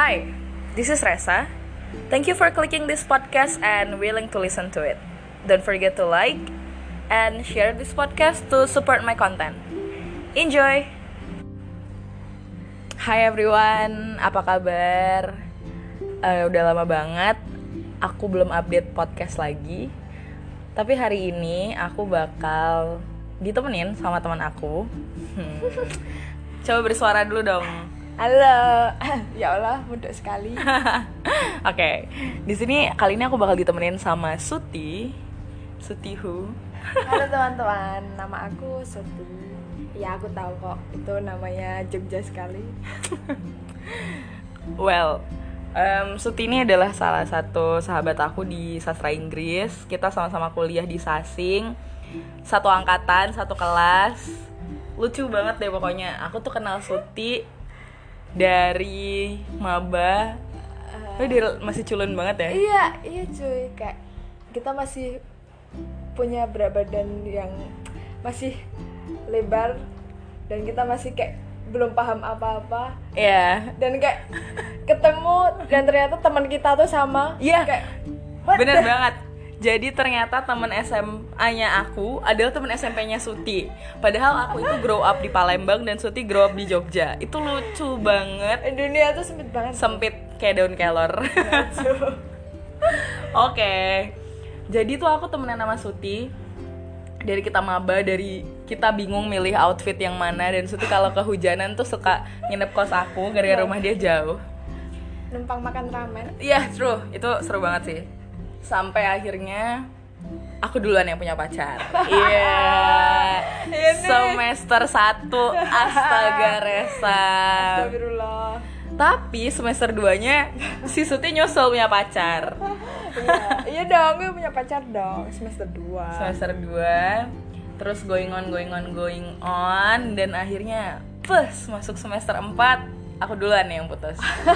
Hi, this is Resa. Thank you for clicking this podcast and willing to listen to it. Don't forget to like and share this podcast to support my content. Enjoy! Hi everyone, apa kabar? Udah lama banget aku belum update podcast lagi. Tapi hari ini aku bakal ditemenin sama teman aku. Coba bersuara dulu dong. Halo, ya Allah, mudah sekali. Oke, di sini kali ini aku bakal ditemenin sama Suti who? Halo teman-teman, nama aku Suti. Ya aku tahu kok, itu namanya Jogja sekali. Well, Suti ini adalah salah satu sahabat aku di sastra Inggris. Kita sama-sama kuliah di Sasing, satu angkatan, satu kelas. Lucu banget deh pokoknya. Aku tuh kenal Suti dari maba. Dia masih culun banget ya? Iya cuy, kayak kita masih punya berat badan yang masih lebar dan kita masih kayak belum paham apa-apa. Iya. Dan kayak ketemu dan ternyata teman kita tuh sama. Iya. Kayak bener banget. Jadi ternyata teman SMA-nya aku adalah teman SMP-nya Suti. Padahal aku itu grow up di Palembang dan Suti grow up di Jogja. Itu lucu banget. Dunia tuh sempit banget. Sempit kayak daun kelor. Oke. Jadi tuh aku temenan sama Suti dari kita maba, dari kita bingung milih outfit yang mana. Dan Suti kalau kehujanan tuh suka nginep kos aku gara-gara rumah dia jauh. Numpang makan ramen. Iya, true. Itu seru banget sih. Sampai akhirnya aku duluan yang punya pacar. Iya. Semester 1. Astaga Resa. Astagfirullah. Tapi semester 2-nya si Suti nyusul punya pacar. Iya dong, gue punya pacar dong. Semester 2. Semester 2. Terus going on. Dan akhirnya masuk semester 4. Aku duluan yang putus.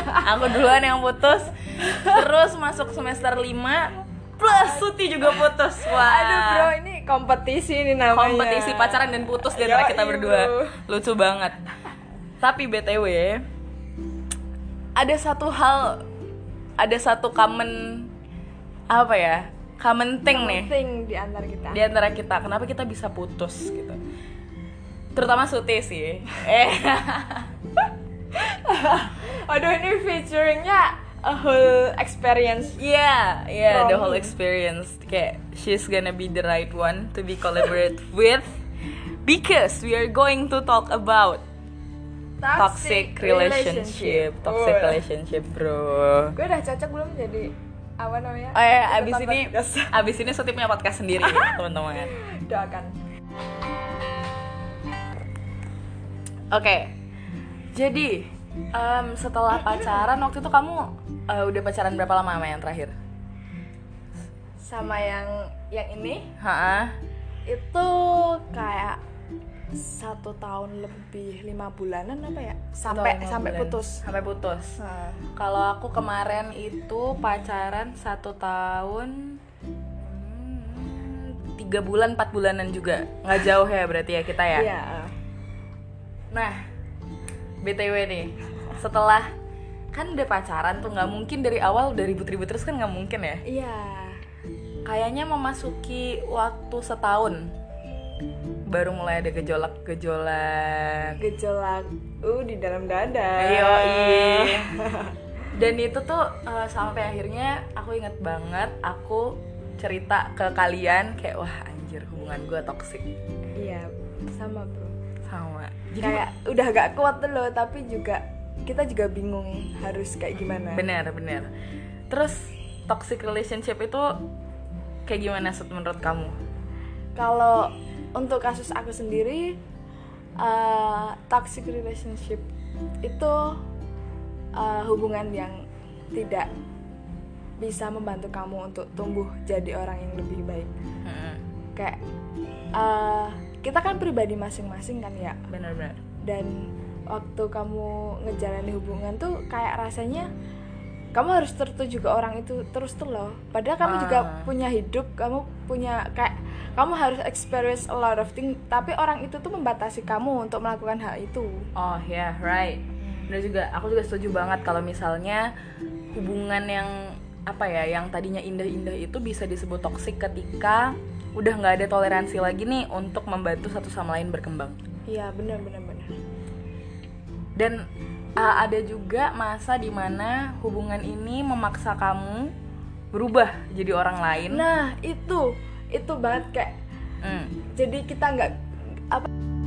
Terus masuk semester 5 plus Suti juga putus. Wah. Aduh bro, ini kompetisi ini namanya. Kompetisi pacaran dan putus di antara kita berdua. Lucu banget. Tapi BTW, ada satu common thing nih di antara kita. Di antara kita. Kenapa kita bisa putus gitu? Terutama Suti sih. Aduh, ini featuringnya a whole experience. Yeah, the whole experience. Kayak she's gonna be the right one to be collaborate with, because we are going to talk about toxic relationship. Toxic relationship, bro. Gue udah cocok belum jadi apa namanya? Oh ya, abis ini Suti punya podcast sendiri, teman-teman. Doakan. Oke. Jadi, setelah pacaran waktu itu kamu udah pacaran berapa lama sama yang terakhir? Sama yang ini? Itu kayak 1 tahun lebih 5 bulanan apa ya? Sampai putus. Sampai putus. Kalau aku kemarin itu pacaran 1 tahun 3 bulan 4 bulanan juga. Nggak jauh ya berarti ya kita ya? Iya. Nah, BTW nih, setelah kan udah pacaran tuh nggak mungkin dari awal udah ribut-ribut terus kan, nggak mungkin ya? Iya. Kayaknya memasuki waktu setahun baru mulai ada gejolak di dalam dada. Yoi. Dan itu tuh sampai akhirnya aku inget banget aku cerita ke kalian kayak wah anjir hubungan gue toksik. Iya, sama bro. Sama. Jadi kayak udah gak kuat tuh loh, tapi kita juga bingung harus kayak gimana. Bener. Terus toxic relationship itu kayak gimana menurut kamu? Kalau untuk kasus aku sendiri, toxic relationship itu hubungan yang tidak bisa membantu kamu untuk tumbuh jadi orang yang lebih baik. Kayak kita kan pribadi masing-masing kan ya. Benar. Dan waktu kamu ngejalani hubungan tuh kayak rasanya kamu harus tertuju ke orang itu terus tuh loh. Padahal kamu juga punya hidup, kamu harus experience a lot of things, tapi orang itu tuh membatasi kamu untuk melakukan hal itu. Oh yeah, right. Bener juga, aku juga setuju banget kalau misalnya hubungan yang apa ya, yang tadinya indah-indah itu bisa disebut toksik ketika udah nggak ada toleransi lagi nih untuk membantu satu sama lain berkembang. Iya, benar. Dan ada juga masa dimana hubungan ini memaksa kamu berubah jadi orang lain. Nah, itu banget kayak jadi kita nggak apa.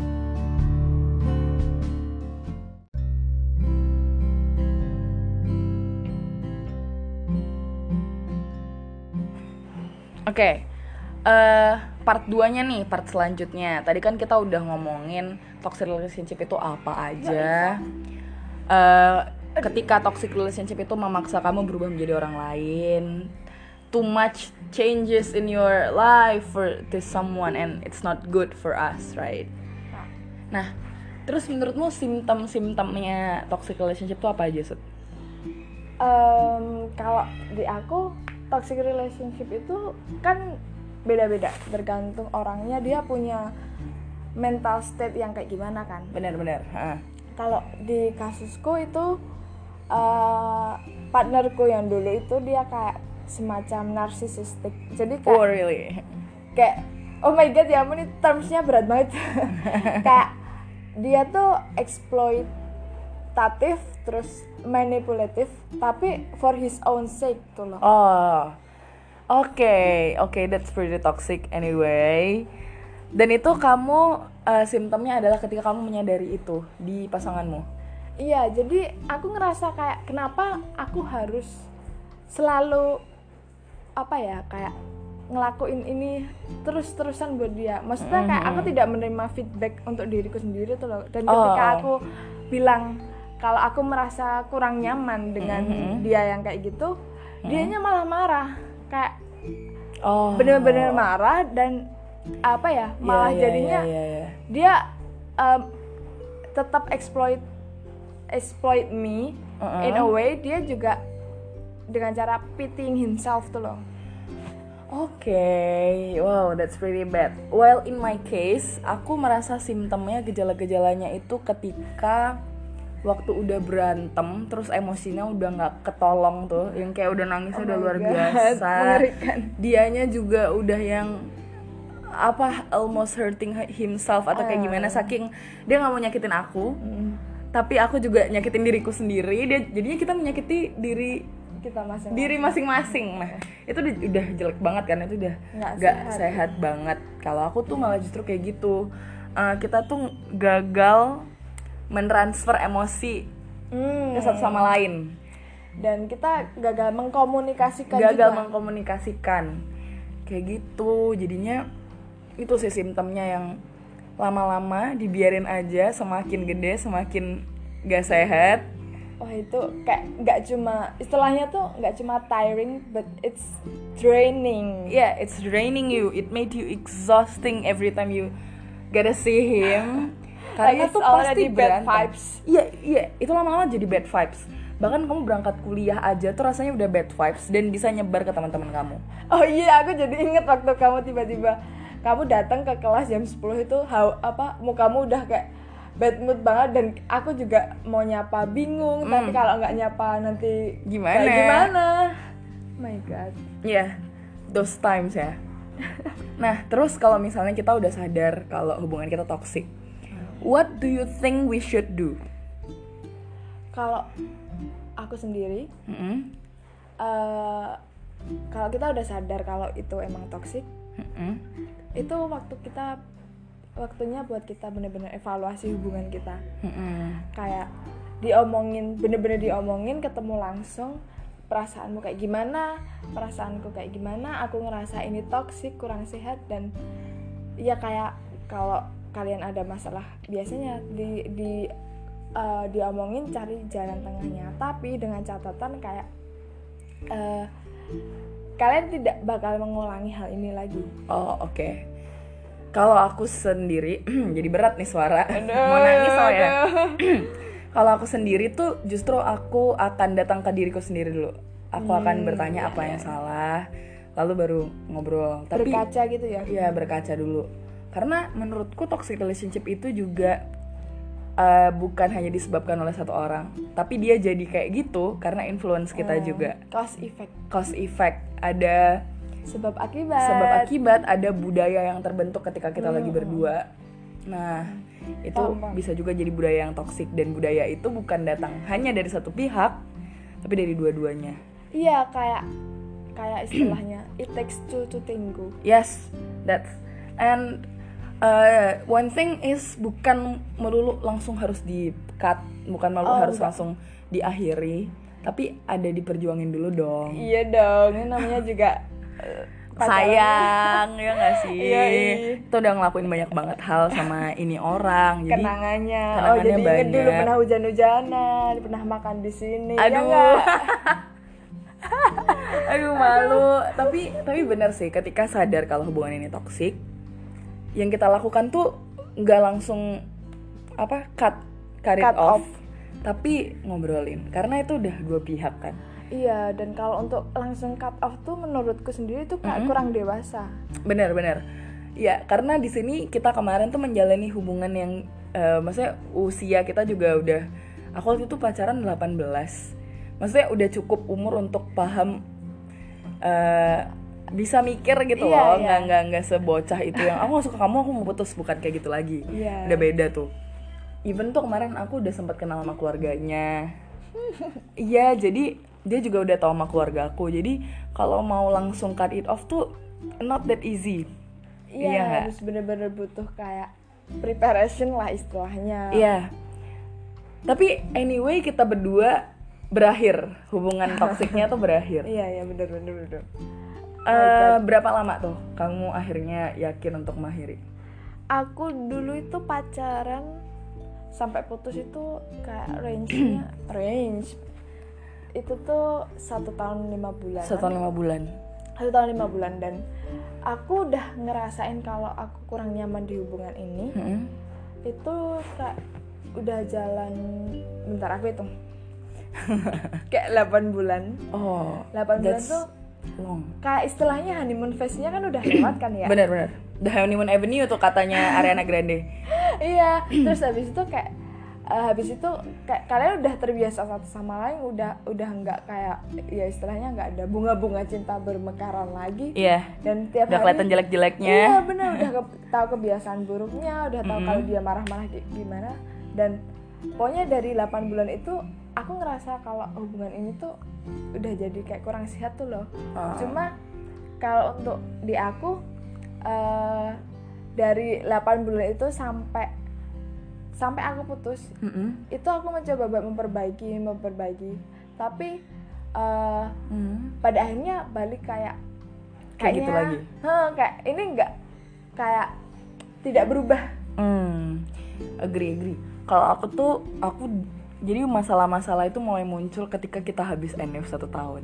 Oke, part 2-nya nih, part selanjutnya. Tadi kan kita udah ngomongin toxic relationship itu apa aja. Ketika toxic relationship itu memaksa kamu berubah menjadi orang lain, too much changes in your life for this someone and it's not good for us, right? Nah, terus menurutmu simptom-simptomnya toxic relationship itu apa aja, Sud? Kalau di aku toxic relationship itu kan beda-beda, tergantung orangnya, dia punya mental state yang kayak gimana kan. Benar-benar. Kalau di kasusku itu partnerku yang dulu itu dia kayak semacam narcissistic. Jadi kayak, oh really? Kayak oh my god, ya ampun, ini termsnya berat banget. Kayak dia tuh eksploitatif terus manipulatif, tapi for his own sake tuh loh. Oh, oke, that's pretty toxic anyway. Dan itu kamu simptomnya adalah ketika kamu menyadari itu di pasanganmu. Iya, jadi aku ngerasa kayak kenapa aku harus selalu apa ya, kayak ngelakuin ini terus-terusan buat dia. Maksudnya kayak aku tidak menerima feedback untuk diriku sendiri tuh loh. Dan ketika aku bilang kalau aku merasa kurang nyaman dengan dia yang kayak gitu, dianya malah marah, kayak bener-bener marah dan apa ya, malah jadinya dia tetap exploit me in a way. Dia juga dengan cara pitying himself tuh loh. Okay, wow, that's pretty bad. Well, in my case, aku merasa simptomnya, gejala-gejalanya itu ketika waktu udah berantem, terus emosinya udah nggak ketolong tuh, yang kayak udah nangisnya udah luar biasa. Mengerikan. Dianya juga udah yang almost hurting himself atau kayak gimana, saking dia nggak mau nyakitin aku, tapi aku juga nyakitin diriku sendiri. Jadinya kita menyakiti diri masing-masing. Nah, itu udah jelek banget kan, itu udah nggak sehat banget. Kalau aku tuh malah justru kayak gitu, kita tuh gagal mentransfer emosi ke satu sama lain, dan kita gagal mengkomunikasikan kayak gitu. Jadinya itu sih simptomnya, yang lama-lama dibiarin aja, semakin gede semakin gak sehat. Wah, itu kayak nggak cuma istilahnya tuh nggak cuma tiring, but it's draining. Yeah, it's draining you. It made you exhausting every time you gotta see him. Karena tuh pasti bad vibes. Iya, itu lama-lama jadi bad vibes. Bahkan kamu berangkat kuliah aja tuh rasanya udah bad vibes dan bisa nyebar ke teman-teman kamu. Oh iya, aku jadi inget waktu kamu tiba-tiba kamu datang ke kelas jam 10 itu, mukamu udah kayak bad mood banget, dan aku juga mau nyapa bingung, tapi kalau nggak nyapa nanti gimana? Oh my god. Yeah, those times ya. Nah, terus kalau misalnya kita udah sadar kalau hubungan kita toxic, what do you think we should do? Kalau aku sendiri, kalau kita udah sadar kalau itu emang toxic, itu waktunya buat kita benar-benar evaluasi hubungan kita. Kayak bener-bener diomongin, ketemu langsung, perasaanmu kayak gimana, perasaanku kayak gimana, aku ngerasa ini toksik, kurang sehat. Dan ya kayak kalau kalian ada masalah, biasanya diomongin, cari jalan tengahnya, tapi dengan catatan kayak kalian tidak bakal mengulangi hal ini lagi. Oh, oke. Kalau aku sendiri, jadi berat nih suara. Mau nangis soalnya. Kalau aku sendiri tuh justru aku akan datang ke diriku sendiri dulu. Aku akan bertanya apa yang salah, lalu baru ngobrol. Tapi berkaca gitu ya? Iya, berkaca dulu. Karena menurutku toxic relationship itu juga bukan hanya disebabkan oleh satu orang, tapi dia jadi kayak gitu karena influence kita juga. Cause effect. Ada sebab akibat, ada budaya yang terbentuk ketika kita lagi berdua. Nah, itu bisa juga jadi budaya yang toksik, dan budaya itu bukan datang hanya dari satu pihak, tapi dari dua-duanya. Iya, kayak istilahnya it takes two to tango. Yes, that's and one thing is bukan melulu langsung harus di-cut, bukan melulu harus langsung diakhiri, tapi ada diperjuangin dulu dong. Iya dong, ini namanya juga sayang, ya nggak sih? Iya. Itu udah ngelakuin banyak banget hal sama ini orang, jadi kenangannya jadi banyak. Inget dulu pernah hujan-hujanan, pernah makan di sini. Aduh. Ya aduh malu. Tapi benar sih, ketika sadar kalau hubungan ini toksik, yang kita lakukan tuh nggak langsung cut it off, tapi ngobrolin, karena itu udah dua pihak kan. Iya, dan kalau untuk langsung cut off tuh menurutku sendiri tuh kayak kurang dewasa. Benar. Ya, karena di sini kita kemarin tuh menjalani hubungan yang maksudnya usia kita juga udah, aku waktu itu pacaran 18. Maksudnya udah cukup umur untuk paham, bisa mikir gitu loh. Nggak sebocah itu yang aku gak suka kamu, aku mau putus, bukan kayak gitu lagi. Udah beda tuh. Even tuh kemarin aku udah sempat kenal sama keluarganya. Iya, jadi dia juga udah tahu sama keluarga aku. Jadi kalau mau langsung cut it off tuh not that easy. Iya, harus bener-bener butuh kayak preparation lah istilahnya. Iya. Tapi anyway kita berdua berakhir, hubungan toksiknya tuh berakhir. Iya bener. Berapa lama tuh kamu akhirnya yakin untuk mengakhiri? Aku dulu itu pacaran sampai putus itu kayak range itu tuh 1 tahun 5 bulan. 1 tahun 5 bulan. 1 tahun 5 bulan, dan aku udah ngerasain kalau aku kurang nyaman di hubungan ini. Itu kayak udah jalan, bentar aku hitung. Kayak 8 bulan. 8 bulan tuh long. Kayak istilahnya honeymoon phase-nya kan udah lewat kan ya. Benar. The honeymoon avenue tuh katanya Ariana Grande. Iya, terus habis itu kayak kalian udah terbiasa satu sama lain, udah nggak kayak ya istilahnya nggak ada bunga-bunga cinta bermekaran lagi. Iya. Dan tiap udah hari kelihatan jelek-jeleknya. Iya benar, udah tahu kebiasaan buruknya, udah tahu kalau dia marah-marah gimana. Dan pokoknya dari 8 bulan itu aku ngerasa kalau hubungan ini tuh udah jadi kayak kurang sehat tuh loh. Cuma kalau untuk di aku dari 8 bulan itu sampai aku putus, itu aku mencoba buat memperbaiki, tapi pada akhirnya balik kayak gitu lagi. Kayak ini nggak kayak tidak berubah. Agree. Kalau aku jadi masalah-masalah itu mulai muncul ketika kita habis NF 1 tahun.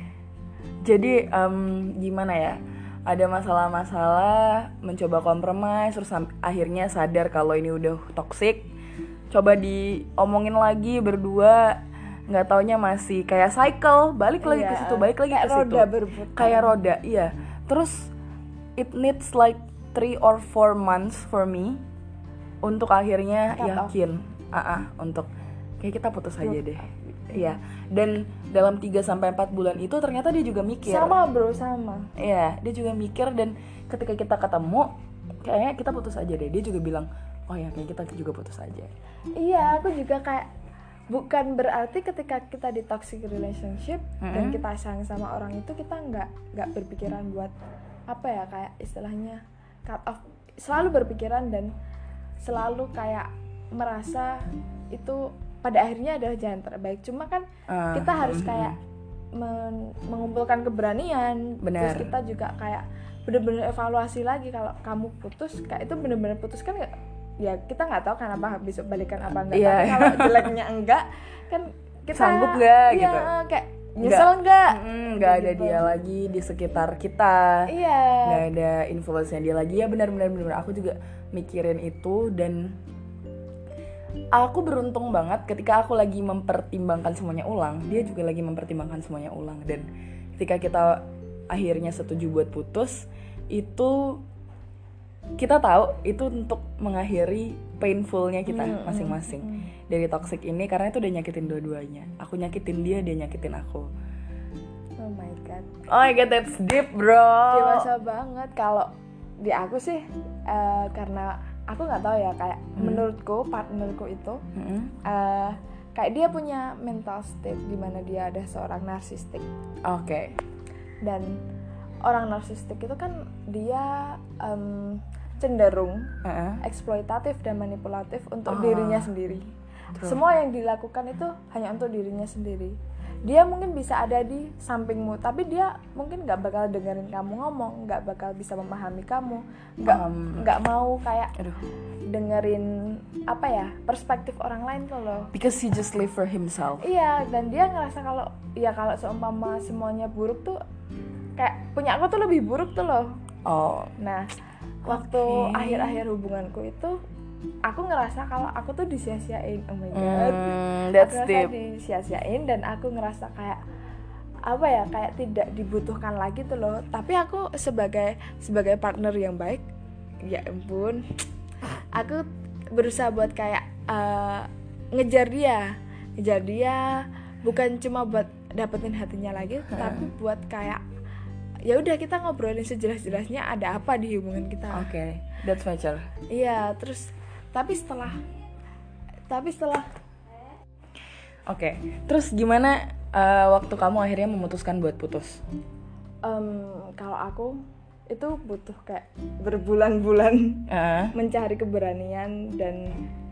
Jadi gimana ya? Ada masalah-masalah, mencoba kompromi, terus akhirnya sadar kalau ini udah toksik. Coba diomongin lagi berdua, nggak taunya masih kayak cycle, balik lagi ke situ, balik lagi ke situ. Roda berputar. Kayak roda, iya. Terus it needs like 3 or 4 months for me untuk akhirnya yakin, untuk kayak kita putus aja deh. Iya. Dan dalam 3-4 bulan itu ternyata dia juga mikir. Sama. Iya, dia juga mikir, dan ketika kita ketemu kayaknya kita putus aja deh. Dia juga bilang, "Oh ya, kayak kita juga putus aja." Iya, aku juga kayak bukan berarti ketika kita di toxic relationship dan kita sayang sama orang itu kita nggak berpikiran buat apa ya, kayak istilahnya cut off. Selalu berpikiran dan selalu kayak merasa itu pada akhirnya adalah jalan terbaik. Cuma kan kita harus kayak mengumpulkan keberanian. Bener. Terus kita juga kayak benar-benar evaluasi lagi kalau kamu putus, kayak itu benar-benar putus kan ya kita nggak tahu kan apa besok balikan apa enggak. Tapi kalau jeleknya enggak kan kita sanggup nggak gitu. Kayak nyesel nggak ada dia lagi di sekitar kita. Nggak ada influence-nya dia lagi. Ya benar aku juga mikirin itu, dan aku beruntung banget ketika aku lagi mempertimbangkan semuanya ulang, dia juga lagi mempertimbangkan semuanya ulang. Dan ketika kita akhirnya setuju buat putus, itu kita tahu itu untuk mengakhiri painfulnya kita masing-masing dari toxic ini, karena itu udah nyakitin dua-duanya. Aku nyakitin dia, dia nyakitin aku. Oh my god. Oh my god, that's deep, bro. Dewasa banget. Kalau di aku sih karena aku nggak tahu ya, kayak menurutku partnerku itu kayak dia punya mental state di mana dia ada seorang narsistik. Oke. Dan orang narsistik itu kan dia cenderung eksploitatif dan manipulatif untuk dirinya sendiri. True. Semua yang dilakukan itu hanya untuk dirinya sendiri. Dia mungkin bisa ada di sampingmu, tapi dia mungkin nggak bakal dengerin kamu ngomong, nggak bakal bisa memahami kamu, nggak mau kayak dengerin apa ya, perspektif orang lain tuh loh. Because he just live for himself. Iya, dan dia ngerasa kalau seumpama semuanya buruk tuh kayak punya aku tuh lebih buruk tuh loh. Oh. Nah, waktu akhir-akhir hubunganku itu aku ngerasa kalau aku tuh disia-siain. Oh my god. That's aku deep. ngerasa disia-siain dan aku ngerasa kayak apa ya, kayak tidak dibutuhkan lagi tuh loh. Tapi aku sebagai partner yang baik, ya ampun, aku berusaha buat kayak ngejar dia bukan cuma buat dapetin hatinya lagi, tapi buat kayak ya udah kita ngobrolin sejelas-jelasnya ada apa di hubungan kita. Oke, that's mature. Iya, terus tapi setelah Oke, terus gimana waktu kamu akhirnya memutuskan buat putus? Kalau aku itu butuh kayak berbulan-bulan mencari keberanian dan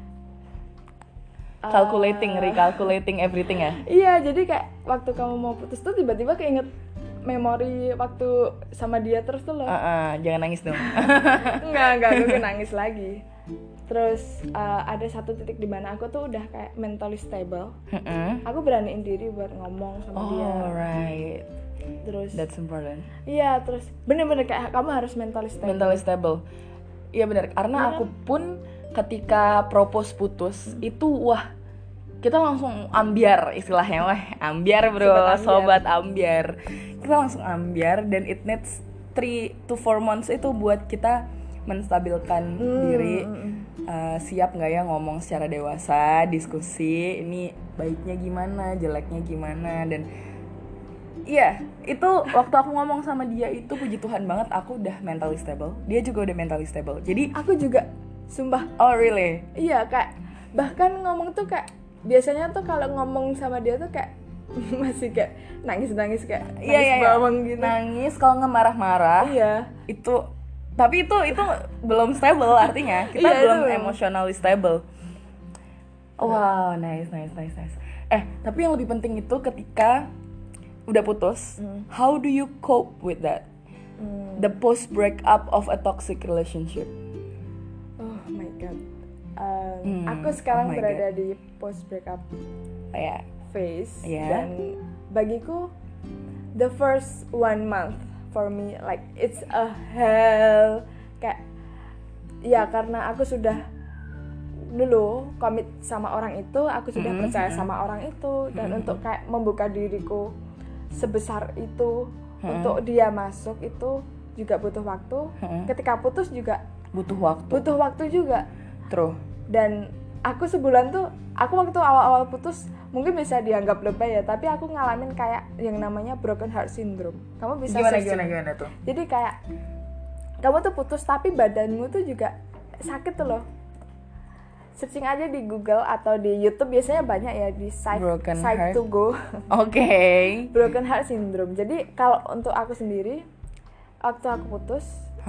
recalculating everything ya? Iya, jadi kayak waktu kamu mau putus tuh tiba-tiba keinget memori waktu sama dia terus tuh loh. Jangan nangis dong. Enggak, aku nangis lagi. Terus ada satu titik di mana aku tuh udah kayak mentally stable. Aku beraniin diri buat ngomong sama dia. Alright. Terus that's important. Iya, terus bener-bener kayak kamu harus mentally stable. Iya benar, karena aku pun ketika propose putus itu kita langsung ambiar istilahnya, ambiar bro, sobat ambiar. Kita langsung ambiar dan it needs 3 to 4 months itu buat kita menstabilkan diri. Siap nggak ya ngomong secara dewasa, diskusi ini baiknya gimana, jeleknya gimana. Dan iya, itu waktu aku ngomong sama dia itu puji Tuhan banget aku udah mentally stable, dia juga udah mentally stable. Jadi aku juga sumpah. Oh really? Iya, kayak bahkan ngomong tuh kayak biasanya tuh kalau ngomong sama dia tuh kayak masih kayak nangis kayak bawang gitu. Nangis kalau nggak marah-marah. Iya. Tapi itu belum stable artinya. Kita belum emotionally stable. Wow, nice. Tapi yang lebih penting itu ketika udah putus, how do you cope with that? The post breakup of a toxic relationship. Oh my god. Aku sekarang berada di post breakup phase. Dan bagiku the first 1 month for me like it's a hell. Kayak ya karena aku sudah dulu komit sama orang itu, aku sudah percaya sama orang itu, dan untuk kayak membuka diriku sebesar itu untuk dia masuk itu juga butuh waktu. Ketika putus juga butuh waktu juga. True. Dan aku sebulan tuh, aku waktu awal-awal putus mungkin bisa dianggap lebay ya, tapi aku ngalamin kayak yang namanya broken heart syndrome. Kamu bisa gimana tuh? Jadi kayak kamu tuh putus tapi badanmu tuh juga sakit tuh loh. Searching aja di Google atau di YouTube, biasanya banyak ya di site to go. Oke. Broken heart syndrome. Jadi kalau untuk aku sendiri, waktu aku putus,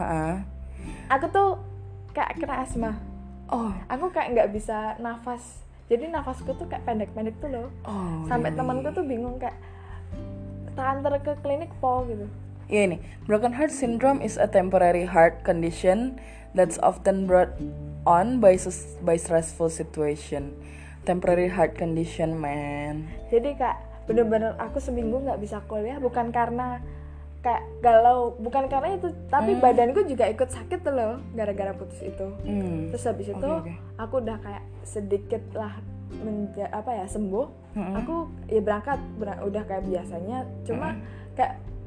aku tuh kayak kena asma. Aku kayak nggak bisa nafas. Jadi nafasku tuh kayak pendek-pendek tuh loh. Sampai temanku tuh bingung kayak antar ke klinik gitu. Iya nih, broken heart syndrome is a temporary heart condition that's often brought on by stressful situation. Temporary heart condition, man. Jadi kayak bener-bener aku seminggu nggak bisa kuliah, bukan karena kayak galau, bukan karena itu, tapi badanku juga ikut sakit tuh loh gara-gara putus itu. Terus habis itu aku udah kayak sedikit lah sembuh. Aku ya berangkat udah kayak biasanya, cuma kayak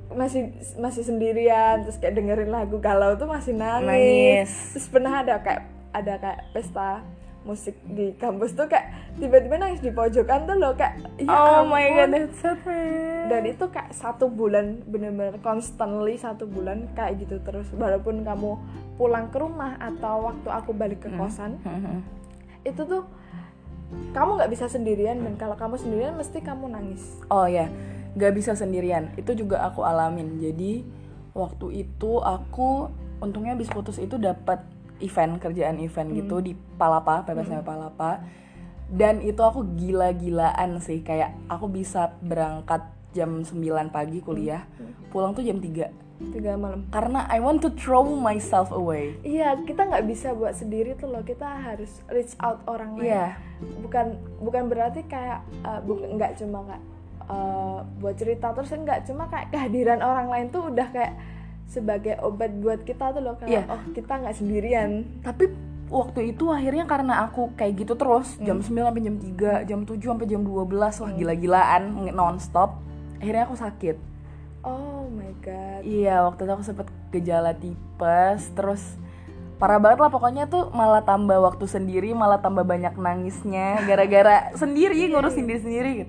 masih sendirian terus kayak dengerin lagu galau tuh masih nangis. Terus pernah ada kayak pesta musik di kampus tuh kayak tiba-tiba nangis di pojokan tuh loh, kayak ya oh ampun. my god, that's so sad. Dan itu kayak 1 bulan bener-bener constantly 1 bulan kayak gitu terus, walaupun kamu pulang ke rumah atau waktu aku balik ke kosan itu tuh kamu nggak bisa sendirian, dan kalau kamu sendirian mesti kamu nangis. Oh ya, nggak bisa sendirian, itu juga aku alamin. Jadi waktu itu aku untungnya habis putus itu dapat kerjaan event gitu di Palapa, PPSM Palapa. Dan itu aku gila-gilaan sih, kayak aku bisa berangkat jam 9 pagi kuliah, pulang tuh jam 3 malam. Karena I want to throw myself away. Iya, kita nggak bisa buat sendiri tuh loh, kita harus reach out orang lain. Iya. Bukan berarti kayak nggak cuma kayak buat cerita terus, enggak, cuma kayak kehadiran orang lain tuh udah kayak sebagai obat buat kita tuh loh, kayak oh kita nggak sendirian. Tapi waktu itu akhirnya karena aku kayak gitu terus jam 9 sampai jam 3, jam 7 sampai jam 12, wah gila-gilaan non-stop. Akhirnya aku sakit. Oh my god. Iya, waktu itu aku sempet gejala tipes, terus parah banget lah pokoknya tuh, malah tambah waktu sendiri, malah tambah banyak nangisnya gara-gara sendiri ngurusin diri sendiri gitu.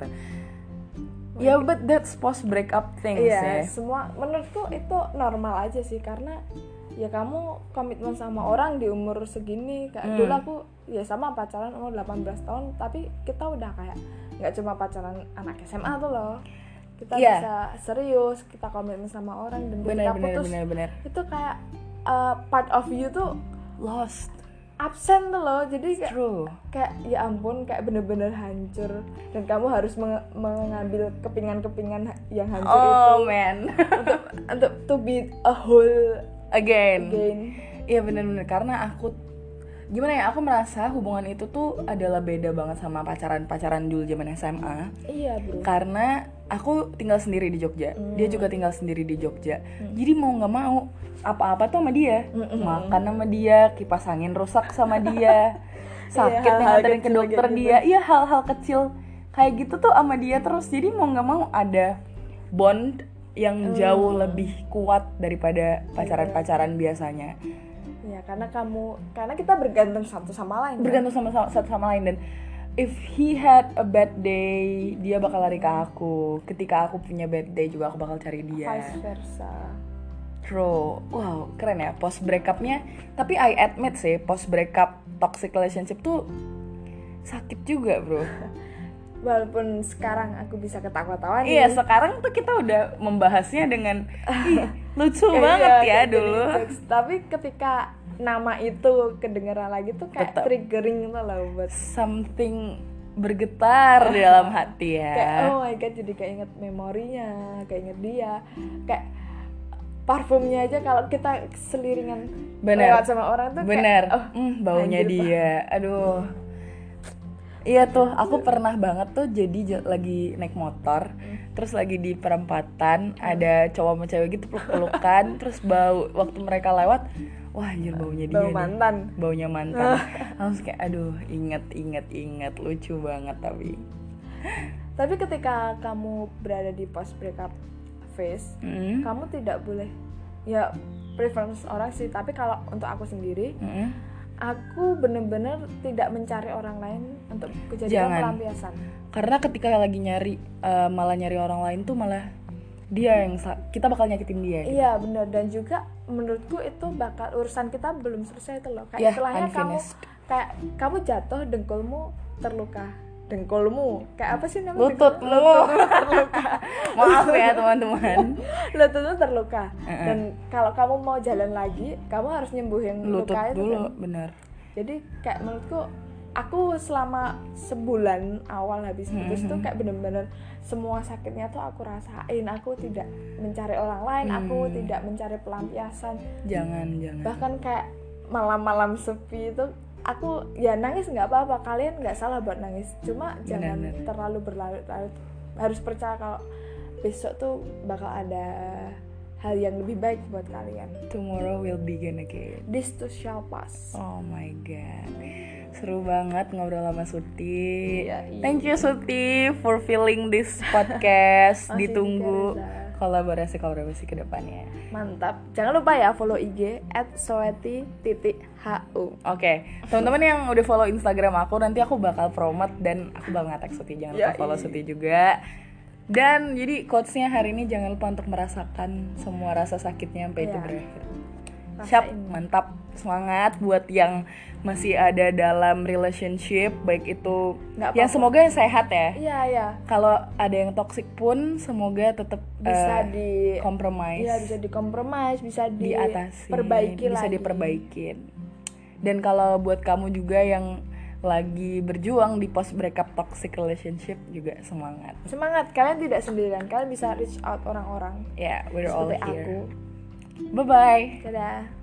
Ya, but that's post breakup things ya. Semua menurutku itu normal aja sih, karena ya kamu komitmen sama orang di umur segini. Kayak dulu aku ya sama pacaran umur 18 tahun, tapi kita udah kayak nggak cuma pacaran anak SMA tuh loh. Kita bisa serius, kita komitmen sama orang, dan ketika putus itu kayak part of you tuh lost, absen tuh loh. Jadi kayak ya ampun, kayak bener-bener hancur, dan kamu harus mengambil kepingan-kepingan yang hancur itu untuk to be a whole again. Iya bener-bener, karena aku gimana ya, aku merasa hubungan itu tuh adalah beda banget sama pacaran dulu zaman SMA. Iya bro. Karena aku tinggal sendiri di Jogja, dia juga tinggal sendiri di Jogja. Jadi mau nggak mau apa-apa tuh sama dia, makan sama dia, kipas angin rusak sama dia, sakit nganterin ke dokter dia, iya hal-hal kecil kayak gitu tuh sama dia terus. Jadi mau nggak mau ada bond yang jauh lebih kuat daripada pacaran-pacaran biasanya. Ya karena kita bergantung satu sama lain. Satu sama lain, dan if he had a bad day, dia bakal lari ke aku. Ketika aku punya bad day juga aku bakal cari dia. Vice versa. True. Wow, keren ya post breakupnya. Tapi I admit sih, post breakup toxic relationship tuh sakit juga, bro. Walaupun sekarang aku bisa ketawa-tawa nih. Iya, sekarang tuh kita udah membahasnya dengan lucu banget ya dulu. Tapi ketika nama itu kedengeran lagi tuh kayak triggering gitu loh, buat something bergetar di dalam hati ya. Kayak oh my god, jadi kayak inget memorinya, kayak inget dia, kayak parfumnya aja kalau kita seliringan lewat sama orang tuh kayak baunya dia. Aduh. Iya tuh, aku pernah banget tuh jadi lagi naik motor, terus lagi di perempatan, ada cowok sama cewek gitu peluk-pelukan, terus bau waktu mereka lewat, wah anjir baunya dia. Baunya mantan. Langsung kayak aduh, inget, lucu banget tapi. Tapi ketika kamu berada di post breakup phase, kamu tidak boleh, ya preference orang sih, tapi kalau untuk aku sendiri, aku bener-bener tidak mencari orang lain untuk kejadian pelampiasan. Karena ketika lagi malah nyari orang lain tuh malah dia yang kita bakal nyakitin dia. Gitu. Iya benar, dan juga menurutku itu bakal urusan kita belum selesai tuh loh. Kayak istilahnya kamu jatuh, dengkulmu terluka. Dengkulmu kayak apa sih namanya? Lututmu terluka. Maaf ya teman-teman. Lututmu terluka. Dan kalau kamu mau jalan lagi, kamu harus nyembuhin lutut luka itu dulu, kan? Bener. Jadi kayak menurutku, aku selama sebulan awal habis putus tuh kayak bener-bener semua sakitnya tuh aku rasain. Aku tidak mencari orang lain, aku tidak mencari pelampiasan. Jangan. Bahkan kayak malam-malam sepi itu aku ya nangis nggak apa-apa, kalian nggak salah buat nangis, cuma jangan terlalu berlarut-larut. Harus percaya kalau besok tuh bakal ada hal yang lebih baik buat kalian. Tomorrow will begin again. This too shall pass. Oh my god, seru banget ngobrol sama Suti. Iya. Thank you Suti for filling this podcast. Ditunggu kolaborasi ke depannya. Mantap. Jangan lupa ya follow IG @soeti.hu. Oke, teman-teman yang udah follow Instagram aku, nanti aku bakal promote dan aku bakal nge-tag Suti. Jangan lupa follow Suti juga. Dan jadi quotes-nya hari ini, jangan lupa untuk merasakan semua rasa sakitnya sampai itu berakhir. Siap, mantap, semangat buat yang masih ada dalam relationship, baik itu yang semoga yang sehat ya. Iya. Kalau ada yang toxic pun semoga tetap bisa di compromise. Iya, bisa di-compromise, bisa diatasi, bisa diperbaikin. Dan kalau buat kamu juga yang lagi berjuang di post breakup toxic relationship, juga semangat. Kalian tidak sendirian, kalian bisa reach out orang-orang. Yeah, we're all here. Seperti aku. Bye-bye. Dadah.